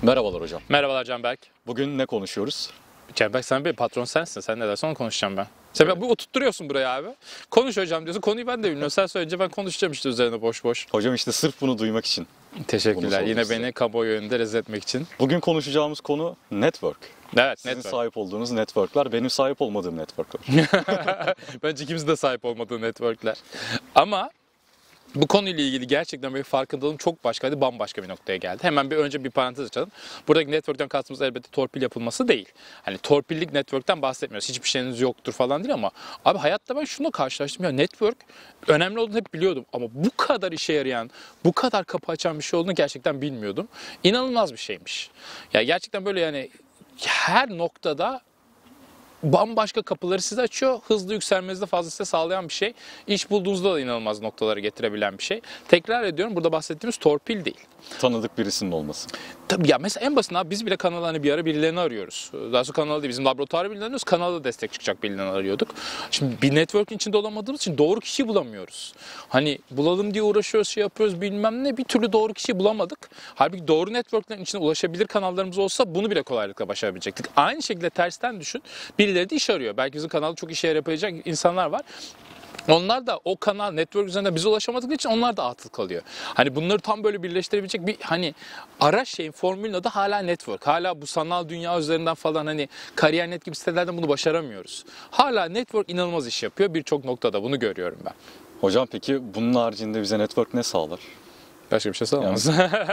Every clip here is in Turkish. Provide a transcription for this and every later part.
Merhabalar hocam. Merhabalar Canberk. Bugün ne konuşuyoruz? Canberk sen bir patron sensin. Sen ne dersen onu konuşacağım ben. Sen Evet. bu oturtturuyorsun buraya abi. Konuş hocam diyorsun. Konuyu ben de bilmiyorum. Sen söyleyince ben konuşacağım işte üzerine boş boş. Hocam işte sırf bunu duymak için. Bunu Teşekkürler. sordum Yine size. beni kamuoyu önünde rezil etmek için. Bugün konuşacağımız konu network. Evet, Sizin network. sahip olduğunuz networkler, benim sahip olmadığım networkler. Bence ikimizin de sahip olmadığı networkler. Ama bu konuyla ilgili gerçekten bir farkındalığım çok başkaydı, bambaşka bir noktaya geldi. Hemen önce bir parantez açalım. Buradaki network'ten kastımız elbette torpil yapılması değil. Hani torpillik network'ten bahsetmiyoruz. Hiçbir şeyiniz yoktur falan değil ama abi hayatta ben şununla karşılaştım. Ya network önemli olduğunu hep biliyordum ama bu kadar işe yarayan, bu kadar kapı açan bir şey olduğunu gerçekten bilmiyordum. İnanılmaz bir şeymiş. Ya gerçekten böyle yani her noktada bambaşka kapıları size açıyor. Hızlı yükselmenizi de fazlasıyla sağlayan bir şey. İş bulduğunuzda da inanılmaz noktalara getirebilen bir şey. Tekrar ediyorum, burada bahsettiğimiz torpil değil. Tanıdık birisinin olması. Tabii ya mesela en basitinden biz bile kanalda hani bir ara birilerini arıyoruz. Daha sonra kanalda değil, bizim laboratuvarda birilerini arıyoruz. Kanalda destek çıkacak birilerini arıyorduk. Şimdi bir network'ün içinde olamadığımız için doğru kişiyi bulamıyoruz. Hani bulalım diye uğraşıyoruz, şey yapıyoruz bilmem ne, bir türlü doğru kişiyi bulamadık. Halbuki doğru network'lerin içine ulaşabilir kanallarımız olsa bunu bile kolaylıkla başarabilecektik. Aynı şekilde tersten düşün. Birileri de iş arıyor. Belki bizim kanalda çok işe yarayacak insanlar var. Onlar da o kanal network üzerinden bize ulaşamadıkları için onlar da atıl kalıyor. Hani bunları tam böyle birleştirebilecek bir hani araç şeyin formülün adı hala network. Hala bu sanal dünya üzerinden falan hani Kariyer.net gibi sitelerden bunu başaramıyoruz. Hala network inanılmaz iş yapıyor. Birçok noktada bunu görüyorum ben. Hocam peki bunun haricinde bize network ne sağlar? Başka bir şey sağlamaz.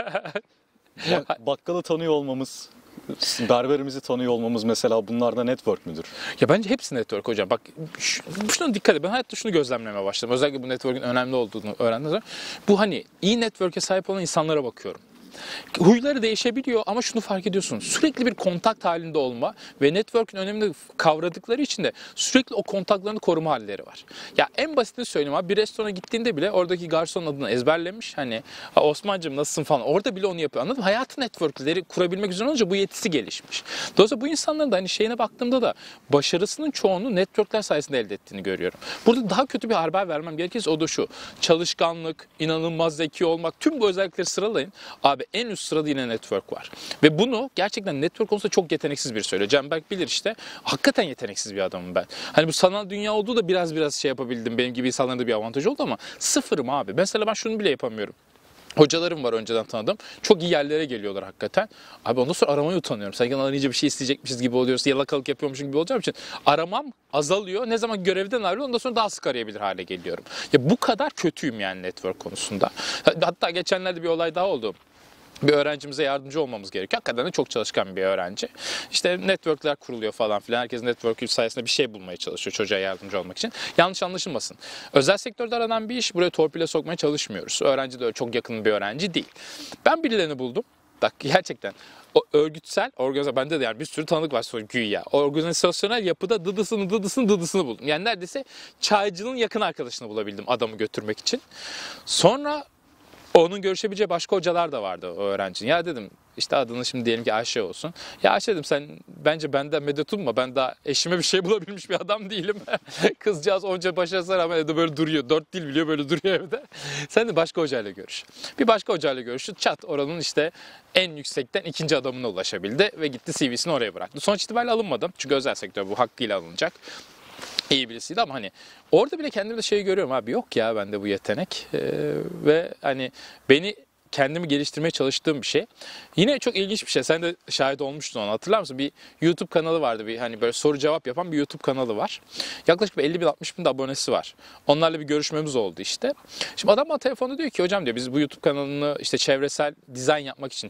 Bakkalı tanıyor olmamız, berberimizi tanıyor olmamız mesela bunlar da network müdür? Ya bence hepsi network hocam. Bak şuna dikkat edin. Ben hayatta şunu gözlemlemeye başladım. Özellikle bu network'ün önemli olduğunu öğrendiğim zaman. Bu hani iyi network'e sahip olan insanlara bakıyorum. Huyları değişebiliyor ama şunu fark ediyorsun. Sürekli bir kontak halinde olma ve network'ün önemini kavradıkları için de sürekli o kontaklarını koruma halleri var. Ya en basitini söyleyeyim abi, bir restorana gittiğinde bile oradaki garsonun adını ezberlemiş. Hani Osman'cığım nasılsın falan, orada bile onu yapıyor, anladın mı? Hayatı network'leri kurabilmek üzere olunca bu yetisi gelişmiş. Dolayısıyla bu insanların da hani şeyine baktığımda da başarısının çoğunu network'ler sayesinde elde ettiğini görüyorum. Burada daha kötü bir haber vermem gerekirse o da şu: çalışkanlık, inanılmaz zeki olmak, tüm bu özellikleri sıralayın. Abi en üst sırada yine network var. Ve bunu gerçekten network konusunda çok yeteneksiz biri söylüyor. Canberk bilir işte. Hakikaten yeteneksiz bir adamım ben. Hani bu sanal dünya olduğu da biraz şey yapabildim. Benim gibi insanların da bir avantajı oldu ama sıfırım abi. Mesela ben şunu bile yapamıyorum. Hocalarım var önceden tanıdığım. Çok iyi yerlere geliyorlar hakikaten. Abi ondan sonra aramaya utanıyorum. Sanki arayınca bir şey isteyecekmişiz gibi oluyoruz. Yalakalık yapıyormuşum gibi olacağım için aramam azalıyor. Ne zaman görevden ayrılıyor ondan sonra daha sık arayabilir hale geliyorum. Ya bu kadar kötüyüm yani network konusunda. Hatta geçenlerde bir olay daha oldu. Bir öğrencimize yardımcı olmamız gerekiyor. Hakikaten de çok çalışkan bir öğrenci. İşte networkler kuruluyor falan filan. Herkes network sayesinde bir şey bulmaya çalışıyor çocuğa yardımcı olmak için. Yanlış anlaşılmasın. Özel sektörde aranan bir iş, buraya torpile sokmaya çalışmıyoruz. Öğrenci de öyle çok yakın bir öğrenci değil. Ben birilerini buldum. Bak gerçekten o örgütsel, bende de yani bir sürü tanıdık var sonra güya. Organizasyonel yapıda dıdısını buldum. Yani neredeyse çaycının yakın arkadaşını bulabildim adamı götürmek için. Sonra onun görüşebileceği başka hocalar da vardı o öğrencinin. Ya dedim işte adını şimdi diyelim ki Ayşe olsun. Ya Ayşe dedim sen bence benden medet umma. Ben daha eşime bir şey bulabilmiş bir adam değilim. Kızcağız onca başarısına rağmen evde böyle duruyor. 4 dil biliyor, böyle duruyor evde. Sen de başka hocayla görüş. Bir başka hocayla görüştü. Çat oranın işte en yüksekten ikinci adamına ulaşabildi ve gitti CV'sini oraya bıraktı. Sonuç itibariyle alınmadım. Çünkü özel sektör bu, hakkıyla alınacak. İyi birisiydi ama hani orada bile kendimde şeyi görüyorum abi, yok ya bende bu yetenek ve hani kendimi geliştirmeye çalıştığım bir şey. Yine çok ilginç bir şey. Sen de şahit olmuştun ona, hatırlar mısın? Bir YouTube kanalı vardı. Bir hani böyle soru cevap yapan bir YouTube kanalı var. Yaklaşık 50 bin 60 bin de abonesi var. Onlarla bir görüşmemiz oldu işte. Şimdi adam bana telefonda diyor ki hocam diyor biz bu YouTube kanalını işte çevresel dizayn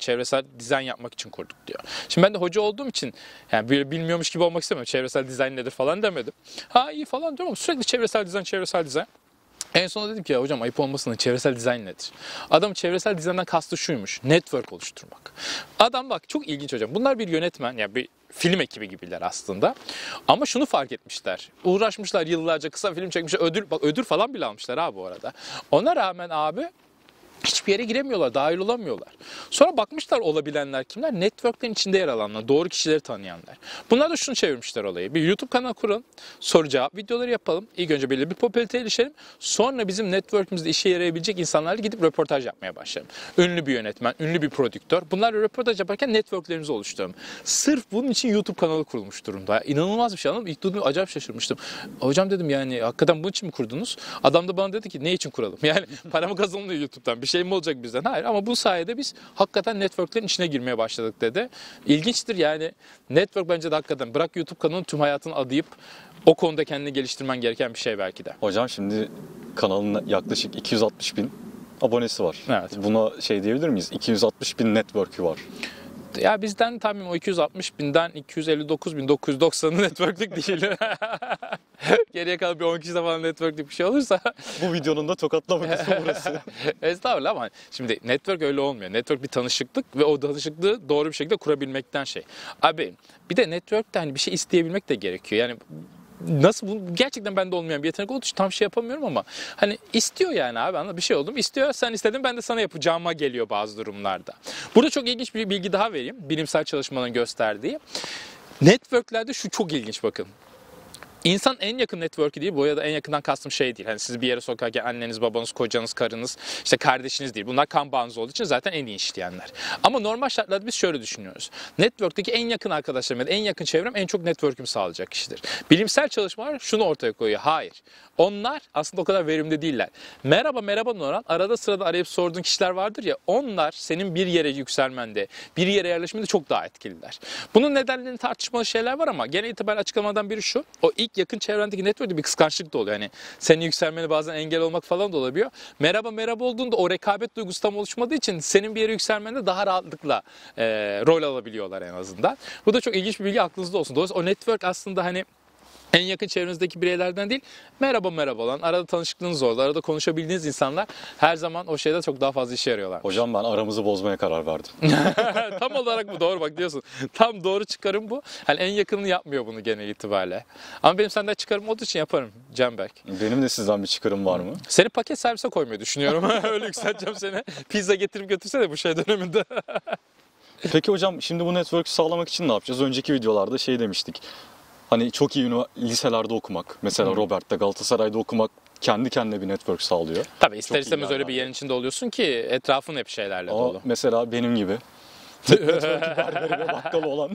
yapmak için kurduk diyor. Şimdi ben de hoca olduğum için yani böyle bilmiyormuş gibi olmak istemiyorum. Çevresel dizayn nedir falan demedim. Ha iyi falan diyorum ama sürekli çevresel dizayn. En sonunda dedim ki ya hocam ayıp olmasın, çevresel dizayn nedir? Adam çevresel dizayndan kastı şuymuş: network oluşturmak. Adam bak çok ilginç hocam. Bunlar bir yönetmen, yani bir film ekibi gibiler aslında. Ama şunu fark etmişler. Uğraşmışlar yıllarca, kısa film çekmişler. Ödül falan bile almışlar abi bu arada. Ona rağmen abi Hiçbir yere giremiyorlar, dahil olamıyorlar. Sonra bakmışlar olabilenler kimler? Network'lerin içinde yer alanlar, doğru kişileri tanıyanlar. Bunlar da şunu çevirmişler olayı. Bir YouTube kanalı kuralım, soru cevap videoları yapalım. İlk önce belirli bir popülariteye erişelim. Sonra bizim network'ümüzde işe yarayabilecek insanlarla gidip röportaj yapmaya başlayalım. Ünlü bir yönetmen, ünlü bir prodüktör. Bunlarla röportaj yaparken network'lerimizi oluşturalım. Sırf bunun için YouTube kanalı kurulmuş durumda. İnanılmaz bir şey, anladın mı? İlk duyduğumda acayip şaşırmıştım. Hocam dedim, yani hakikaten bunun için mi kurdunuz? Adam da bana dedi ki ne için kuralım? Yani paramı kazanılıyor YouTube'dan. Bir şey mi olacak bizden? Hayır, ama bu sayede biz hakikaten network'lerin içine girmeye başladık dedi. İlginçtir yani. Network bence de hakikaten, bırak YouTube kanalını, tüm hayatını adayıp o konuda kendini geliştirmen gereken bir şey belki de. Hocam şimdi kanalın yaklaşık 260 bin abonesi var. Evet. Buna şey diyebilir miyiz? 260 bin network'ü var. Ya bizden tahmin o 260 binden 259.990'ı networklük değil. Geriye kalan bir 10 kişi de falan networklük bir şey olursa. Bu videonun da tokatlaması burası. Estağfurullah, ama şimdi network öyle olmuyor. Network bir tanışıklık ve o tanışıklığı doğru bir şekilde kurabilmekten şey. Abi bir de network'te hani bir şey isteyebilmek de gerekiyor. Yani nasıl, bu gerçekten bende olmayan bir yetenek olduğu için tam şey yapamıyorum, ama hani istiyor yani abi, anladın, bir şey oldum istiyor, sen istedin, ben de sana yapacağıma geliyor bazı durumlarda. Burada çok ilginç bir bilgi daha vereyim, bilimsel çalışmaların gösterdiği. Networklerde şu çok ilginç, bakın. İnsan en yakın network'ü değil, bu ya da en yakından kastım şey değil. Hani sizi bir yere sokarken anneniz, babanız, kocanız, karınız, işte kardeşiniz değil. Bunlar kan bağınız olduğu için zaten en iyi işleyenler. Ama normal şartlarda biz şöyle düşünüyoruz. Network'teki en yakın arkadaşlarım ya da en yakın çevrem en çok network'ümü sağlayacak kişidir. Bilimsel çalışmalar şunu ortaya koyuyor. Hayır. Onlar aslında o kadar verimli değiller. Merhaba merhaba Noran, arada sırada arayıp sorduğun kişiler vardır ya, onlar senin bir yere yükselmende, bir yere yerleşmende çok daha etkililer. Bunun nedenlerini tartışmalı şeyler var, ama genel itibariyle açıklamadan biri şu. O ilk yakın çevrendeki network'te bir kıskançlık da oluyor. Yani senin yükselmeni bazen engel olmak falan da olabiliyor. Merhaba merhaba olduğunda o rekabet duygusu tam oluşmadığı için senin bir yere yükselmende daha rahatlıkla rol alabiliyorlar en azından. Bu da çok ilginç bir bilgi, aklınızda olsun. Dolayısıyla o network aslında hani en yakın çevrenizdeki bireylerden değil, merhaba merhaba olan, arada tanışıklığınız oldu, arada konuşabildiğiniz insanlar her zaman o şeyde çok daha fazla işe yarıyorlar. Hocam ben aramızı bozmaya karar verdim. Tam olarak bu, doğru bak diyorsun. Tam doğru çıkarım bu. Hani en yakını yapmıyor bunu genel itibariyle. Ama benim senden çıkarım olduğu için yaparım Canberk. Benim de sizden bir çıkarım var mı? Seni paket servise koymayı düşünüyorum. Öyle yükselteceğim seni. Pizza getirip götürsene bu şey döneminde. Peki hocam şimdi bu network'ü sağlamak için ne yapacağız? Önceki videolarda şey demiştik. Hani çok iyi liselerde okumak, mesela Robert'te, Galatasaray'da okumak kendi kendine bir network sağlıyor. Tabii ister Çok iyi istemez öyle bir yerlerde. yerin içinde oluyorsun ki etrafın hep şeylerle Ama dolu. mesela benim gibi network'ü berberi ve bakkalı olan.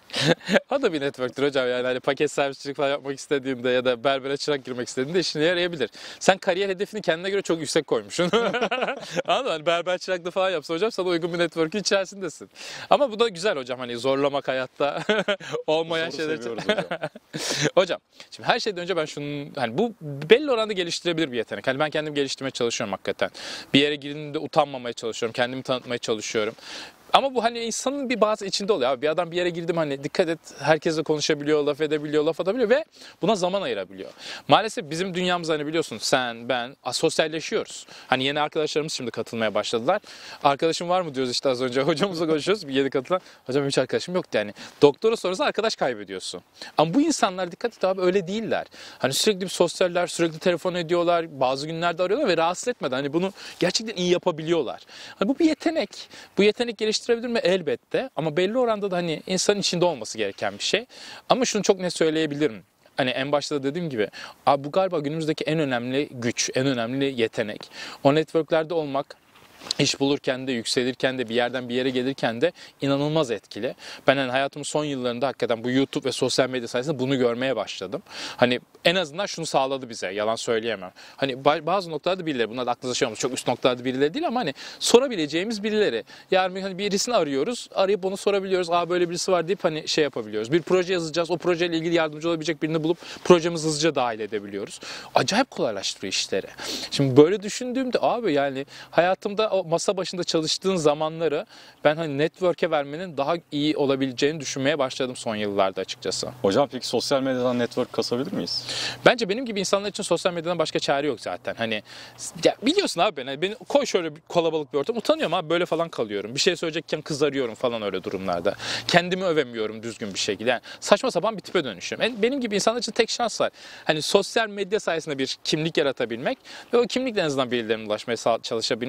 O da bir network'tür hocam, yani hani paket servisçilik falan yapmak istediğinde ya da berbere çırak girmek istediğinde işine yarayabilir. Sen kariyer hedefini kendine göre çok yüksek koymuşsun. Anladın mı? Hani berber çıraklığı falan yapsa hocam sana uygun bir network'ün içerisindesin. Ama bu da güzel hocam, hani zorlamak hayatta olmayan Zoru şeyler için. seviyoruz hocam. Hocam şimdi her şeyden önce ben şunun, hani bu belli oranda geliştirebilir bir yetenek. Hani ben kendimi geliştirmeye çalışıyorum hakikaten. Bir yere girdiğimde utanmamaya çalışıyorum, kendimi tanıtmaya çalışıyorum. Ama bu hani insanın bir bazı içinde oluyor abi. Bir adam bir yere girdim, hani dikkat et, herkesle konuşabiliyor, laf edebiliyor, laf atabiliyor ve buna zaman ayırabiliyor. Maalesef bizim dünyamız, hani biliyorsun, sen, ben asosyalleşiyoruz. Hani yeni arkadaşlarımız şimdi katılmaya başladılar. Arkadaşım var mı diyoruz işte, az önce hocamızla konuşuyoruz. Bir yeni katılan, hocam hiç arkadaşım yoktu yani. Doktora sonrası arkadaş kaybediyorsun. Ama bu insanlar, dikkat et abi, öyle değiller. Hani sürekli bir sosyaller, sürekli telefon ediyorlar, bazı günlerde arıyorlar ve rahatsız etmeden hani bunu gerçekten iyi yapabiliyorlar. Hani bu bir yetenek. Bu yetenek geliştirebilir mi? Elbette. Ama belli oranda da hani insanın içinde olması gereken bir şey. Ama şunu çok net söyleyebilirim. Hani en başta da dediğim gibi, abi bu galiba günümüzdeki en önemli güç, en önemli yetenek. O networklerde olmak, İş bulurken de, yükselirken de, bir yerden bir yere gelirken de inanılmaz etkili. Ben hani hayatımın son yıllarında hakikaten bu YouTube ve sosyal medya sayesinde bunu görmeye başladım. Hani en azından şunu sağladı bize, yalan söyleyemem. Hani bazı noktalarda birileri, bunlar da aklınıza şey olmuş, çok üst noktalarda birileri değil ama hani sorabileceğimiz birileri. Yani hani birisini arıyoruz, arayıp onu sorabiliyoruz. Aa böyle birisi var deyip hani şey yapabiliyoruz. Bir proje yazacağız, o projeyle ilgili yardımcı olabilecek birini bulup projemizi hızlıca dahil edebiliyoruz. Acayip kolaylaştırıyor işleri. Şimdi böyle düşündüğümde abi, yani hayatımda o masa başında çalıştığın zamanları ben hani network'e vermenin daha iyi olabileceğini düşünmeye başladım son yıllarda açıkçası. Hocam peki sosyal medyadan network kasabilir miyiz? Bence benim gibi insanlar için sosyal medyadan başka çare yok zaten. Hani ya biliyorsun abi, beni koy şöyle bir kalabalık bir ortam, utanıyorum abi, böyle falan kalıyorum. Bir şey söyleyecekken kızarıyorum falan öyle durumlarda. Kendimi övemiyorum düzgün bir şekilde. Yani saçma sapan bir tipe dönüşüyorum. Benim gibi insanlar için tek şans var. Hani sosyal medya sayesinde bir kimlik yaratabilmek ve o kimlikle en azından birilerine ulaşmaya çalışabilmek. Belki hani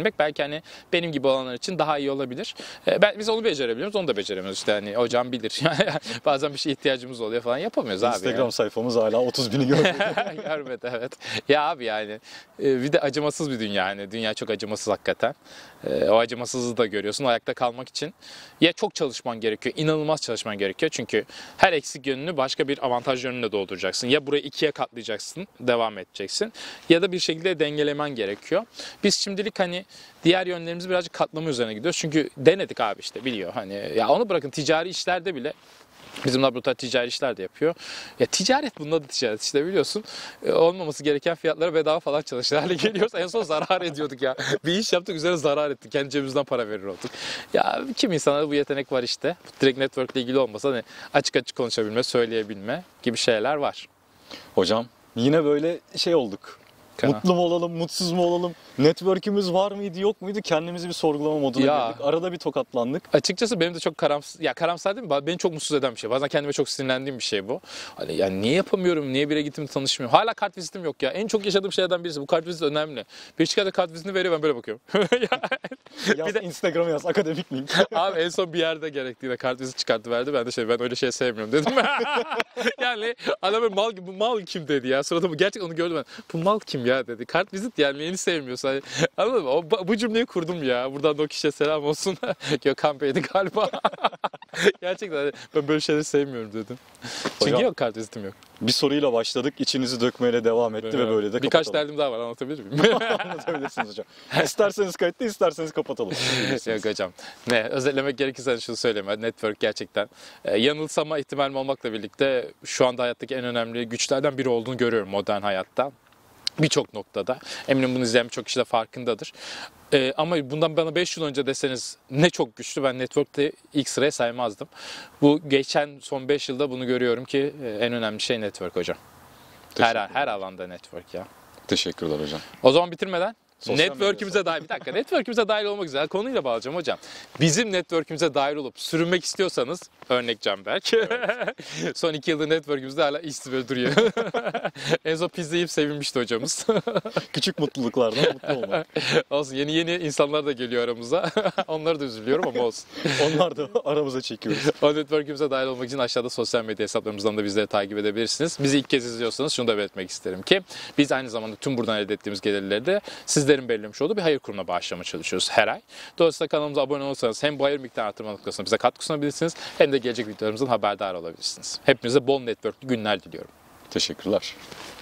yani benim gibi olanlar için daha iyi olabilir. Biz onu becerebiliyoruz, onu da beceremiyoruz. İşte hani hocam bilir. Bazen bir şeye ihtiyacımız oluyor falan, yapamıyoruz abi. Instagram sayfamız hala 30.000'i görmedi. Görmedi, evet. Ya abi yani bir de acımasız bir dünya yani. Dünya çok acımasız hakikaten. O acımasızlığı da görüyorsun. Ayakta kalmak için ya çok çalışman gerekiyor, inanılmaz çalışman gerekiyor. Çünkü her eksik yönünü başka bir avantaj yönüyle dolduracaksın. Ya burayı ikiye katlayacaksın, devam edeceksin. Ya da bir şekilde dengelemen gerekiyor. Biz şimdilik hani diğer yönlerimizi birazcık katlama üzerine gidiyoruz. Çünkü denedik abi, işte biliyor. Hani ya onu bırakın, ticari işlerde bile. Bizim laboratuvar ticari işler de yapıyor. Ya ticaret, bunda da ticaret işte, biliyorsun. Olmaması gereken fiyatlara bedava falan çalışır hale geliyoruz. En son zarar ediyorduk ya. Bir iş yaptık, üzerine zarar ettik. Kendi cebimizden para verir olduk. Ya kim insana bu yetenek var işte. Direkt network ile ilgili olmasa hani açık açık konuşabilme, söyleyebilme gibi şeyler var. Hocam yine böyle şey olduk. Kana. Mutlu mu olalım, mutsuz mu olalım? Network'ümüz var mıydı, yok muydu? Kendimizi bir sorgulama moduna Ya. girdik. Arada bir tokatlandık. Açıkçası benim de çok karamsar değil mi? Beni çok mutsuz eden bir şey. Bazen kendime çok sinirlendiğim bir şey bu. Hani yani niye yapamıyorum? Niye bire gittim tanışmıyorum? Hala kart vizitim yok ya. En çok yaşadığım şeylerden birisi. Bu kart viziti önemli. Bir çıkarda kart vizitini veriyor, ben böyle bakıyorum. Yaz, Bir de- Instagram'a yaz, akademik miyim? Abi en son bir yerde gerektiğinde kart viziti çıkarttı verdi. Ben öyle şey sevmiyorum dedim. Yani adam böyle mal gibi, bu mal kim dedi ya. Sırada gerçekten onu gördüm ben. Bu mal kim ya dedi. Kart vizit yani, neyini sevmiyorsun. Hani, anladın mı? Bu cümleyi kurdum ya. Buradan da o kişiye selam olsun. Gökhan Bey'di galiba. Gerçekten hani ben böyle şeyleri sevmiyorum dedim. Çünkü Hocam, yok, kart vizitim yok. bir soruyla başladık, içinizi dökmeyle devam etti ve böyle de Birkaç kapatalım. derdim daha var, anlatabilir miyim? Anlatabilirsiniz hocam. İsterseniz kayıtta, isterseniz kapatalım. Yok hocam. Özetlemek gerekirse şunu söyleyeyim. Network gerçekten yanılsama ihtimalim olmakla birlikte şu anda hayattaki en önemli güçlerden biri olduğunu görüyorum modern hayatta. Birçok noktada. Eminim bunu izleyen birçok kişi de farkındadır. Ama bundan bana 5 yıl önce deseniz ne çok güçlü, ben network'te ilk sıraya saymazdım. Bu geçen son 5 yılda bunu görüyorum ki en önemli şey network hocam. Her alanda network ya. Teşekkürler hocam. O zaman bitirmeden Sosyal network'ümüze dahil, bir dakika, network'ümüze dahil olmak üzere konuyla bağlayacağım hocam. Bizim network'ümüze dahil olup sürünmek istiyorsanız, örnek Canberk. Evet. Son 2 yıldır network'ümüzde hala işsiz böyle duruyor. En son pizza yiyip sevinmişti hocamız. Küçük mutluluklardan mutlu olmak. Olsun, yeni insanlar da geliyor aramıza. Onları da üzülüyorum ama olsun. Onlar da aramıza çekiyoruz. O network'ümüze dahil olmak için aşağıda sosyal medya hesaplarımızdan da bizleri takip edebilirsiniz. Bizi ilk kez izliyorsanız şunu da belirtmek isterim ki biz aynı zamanda tüm buradan elde ettiğimiz gelirleri de sizlerin belirlemiş olduğu bir hayır kurumuna bağışlamaya çalışıyoruz her ay. Dolayısıyla kanalımıza abone olursanız hem bu hayır miktarı artırma noktasında bize katkı sunabilirsiniz hem de gelecek videolarımızdan haberdar olabilirsiniz. Hepinize bol network'lü günler diliyorum. Teşekkürler.